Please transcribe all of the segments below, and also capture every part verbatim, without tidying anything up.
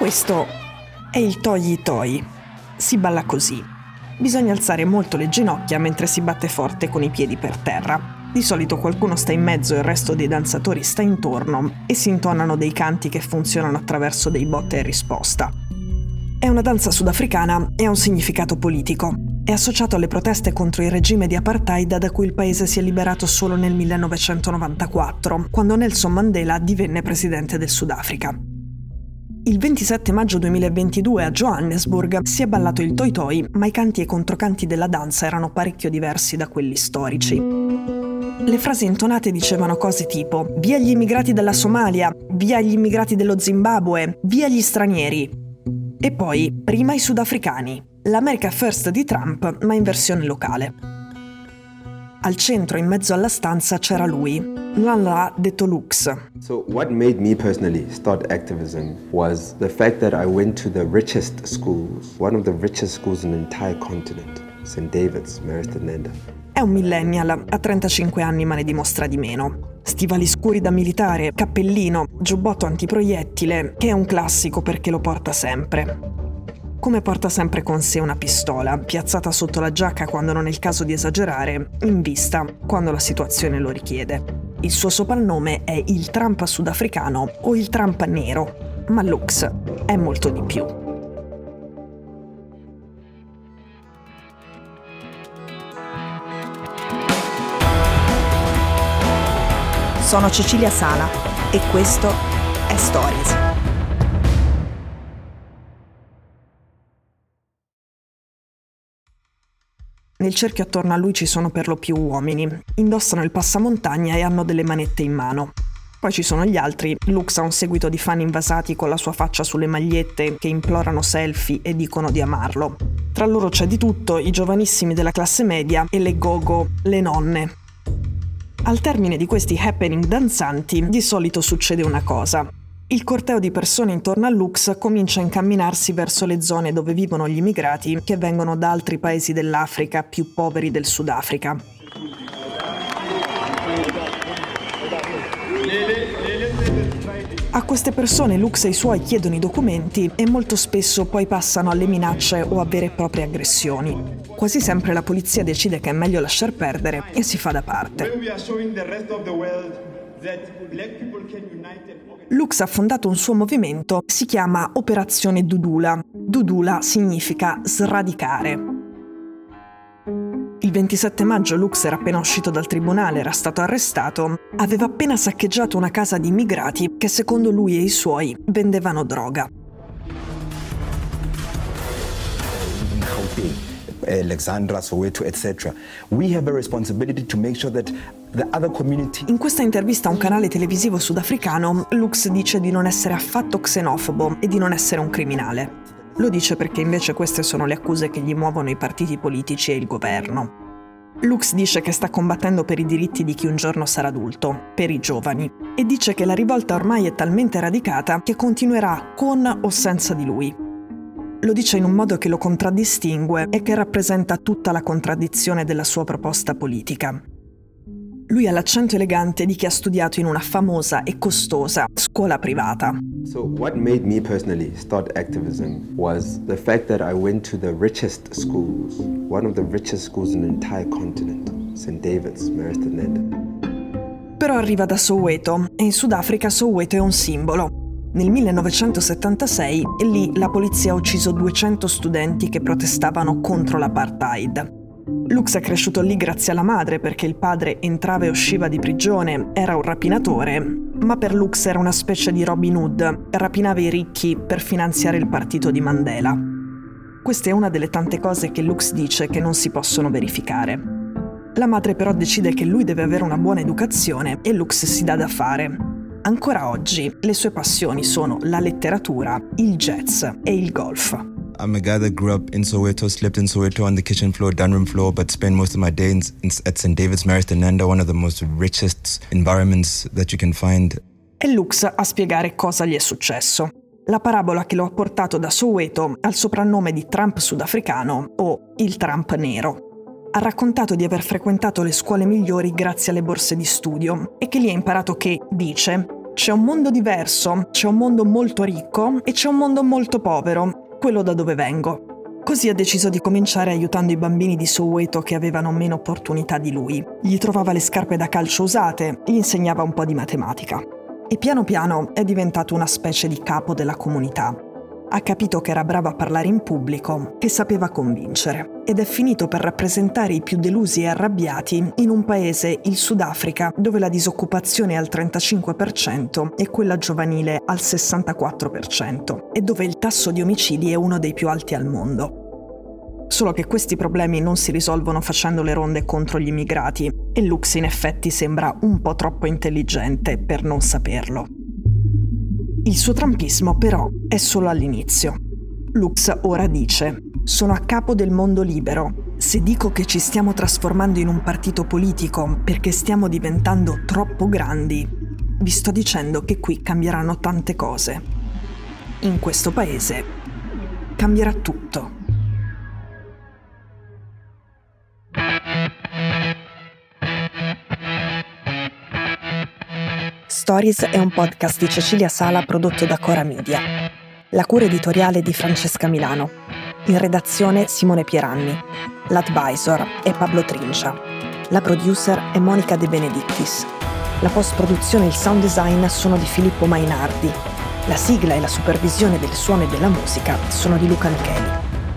Questo è il Toyi Toi. Si balla così. Bisogna alzare molto le ginocchia mentre si batte forte con i piedi per terra. Di solito qualcuno sta in mezzo e il resto dei danzatori sta intorno e si intonano dei canti che funzionano attraverso dei botte e risposta. È una danza sudafricana e ha un significato politico. È associato alle proteste contro il regime di apartheid da cui il paese si è liberato solo nel millenovecentonovantaquattro, quando Nelson Mandela divenne presidente del Sudafrica. Il ventisette maggio duemilaventidue a Johannesburg si è ballato il Toi Toi, ma i canti e i controcanti della danza erano parecchio diversi da quelli storici. Le frasi intonate dicevano cose tipo «Via gli immigrati dalla Somalia», «Via gli immigrati dello Zimbabwe», «Via gli stranieri». E poi «Prima i sudafricani», l'America First di Trump, ma in versione locale. Al centro, in mezzo alla stanza, c'era lui, Nhlanhla detto Lux. So what made me personally start activism was the fact that I went to the richest schools, one of the richest schools in the entire continent, Saint David's, Marist Nanda. È un millennial, ha trentacinque anni ma ne dimostra di meno. Stivali scuri da militare, cappellino, giubbotto antiproiettile, che è un classico perché lo porta sempre. Come porta sempre con sé una pistola, piazzata sotto la giacca quando non è il caso di esagerare, in vista quando la situazione lo richiede. Il suo soprannome è il Trump sudafricano o il Trump nero, ma Lux è molto di più. Sono Cecilia Sala e questo è Stories. Nel cerchio attorno a lui ci sono per lo più uomini. Indossano il passamontagna e hanno delle manette in mano. Poi ci sono gli altri. Lux ha un seguito di fan invasati con la sua faccia sulle magliette che implorano selfie e dicono di amarlo. Tra loro c'è di tutto, i giovanissimi della classe media e le go-go, le nonne. Al termine di questi happening danzanti, di solito succede una cosa. Il corteo di persone intorno a Lux comincia a incamminarsi verso le zone dove vivono gli immigrati che vengono da altri paesi dell'Africa più poveri del Sudafrica. A queste persone Lux e i suoi chiedono i documenti e molto spesso poi passano alle minacce o a vere e proprie aggressioni. Quasi sempre la polizia decide che è meglio lasciar perdere e si fa da parte. Lux ha fondato un suo movimento, si chiama Operazione Dudula. Dudula significa sradicare. Il ventisette maggio Lux era appena uscito dal tribunale, era stato arrestato, aveva appena saccheggiato una casa di immigrati che secondo lui e i suoi vendevano droga. Alexandra, Soweto, et cetera. We have a responsibility to make sure that the other community. In questa intervista a un canale televisivo sudafricano, Lux dice di non essere affatto xenofobo e di non essere un criminale. Lo dice perché invece queste sono le accuse che gli muovono i partiti politici e il governo. Lux dice che sta combattendo per i diritti di chi un giorno sarà adulto, per i giovani, e dice che la rivolta ormai è talmente radicata che continuerà con o senza di lui. Lo dice in un modo che lo contraddistingue e che rappresenta tutta la contraddizione della sua proposta politica. Lui ha l'accento elegante di chi ha studiato in una famosa e costosa scuola privata. So what made me personally start activism was the fact that I went to the richest schools, one of the richest schools in the entire continent, Saint David's, Marist Nanda. Però arriva da Soweto e in Sudafrica Soweto è un simbolo. Nel millenovecentosettantasei lì la polizia ha ucciso duecento studenti che protestavano contro l'apartheid. Lux è cresciuto lì grazie alla madre perché il padre entrava e usciva di prigione, era un rapinatore, ma per Lux era una specie di Robin Hood, rapinava i ricchi per finanziare il partito di Mandela. Questa è una delle tante cose che Lux dice che non si possono verificare. La madre però decide che lui deve avere una buona educazione e Lux si dà da fare. Ancora oggi le sue passioni sono la letteratura, il jazz e il golf. I'm a guy that grew up in Soweto, slept in Soweto on the kitchen floor, dining room floor, but spent most of my day in, in, at Saint David's, Marist Nanda, one of the most richest environments that you can find. E Lux a spiegare cosa gli è successo. La parabola che lo ha portato da Soweto al soprannome di Trump sudafricano o il Trump nero. Ha raccontato di aver frequentato le scuole migliori grazie alle borse di studio e che lì ha imparato che, dice, C'è un mondo diverso, c'è un mondo molto ricco e c'è un mondo molto povero, quello da dove vengo. Così ha deciso di cominciare aiutando i bambini di Soweto che avevano meno opportunità di lui. Gli trovava le scarpe da calcio usate, gli insegnava un po' di matematica. E piano piano è diventato una specie di capo della comunità. Ha capito che era bravo a parlare in pubblico, che sapeva convincere, ed è finito per rappresentare i più delusi e arrabbiati in un paese, il Sudafrica, dove la disoccupazione è al trentacinque per cento e quella giovanile al sessantaquattro per cento, e dove il tasso di omicidi è uno dei più alti al mondo. Solo che questi problemi non si risolvono facendo le ronde contro gli immigrati, e Lux in effetti sembra un po' troppo intelligente per non saperlo. Il suo trumpismo però è solo all'inizio. Lux ora dice: sono a capo del mondo libero. Se dico che ci stiamo trasformando in un partito politico perché stiamo diventando troppo grandi, vi sto dicendo che qui cambieranno tante cose. In questo paese cambierà tutto. Stories è un podcast di Cecilia Sala prodotto da Cora Media. La cura editoriale di Francesca Milano. In redazione Simone Pieranni. L'advisor è Pablo Trincia. La producer è Monica De Benedictis. La post-produzione e il sound design sono di Filippo Mainardi. La sigla e la supervisione del suono e della musica sono di Luca Micheli.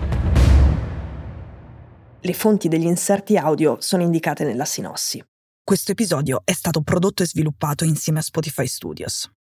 Le fonti degli inserti audio sono indicate nella sinossi. Questo episodio è stato prodotto e sviluppato insieme a Spotify Studios.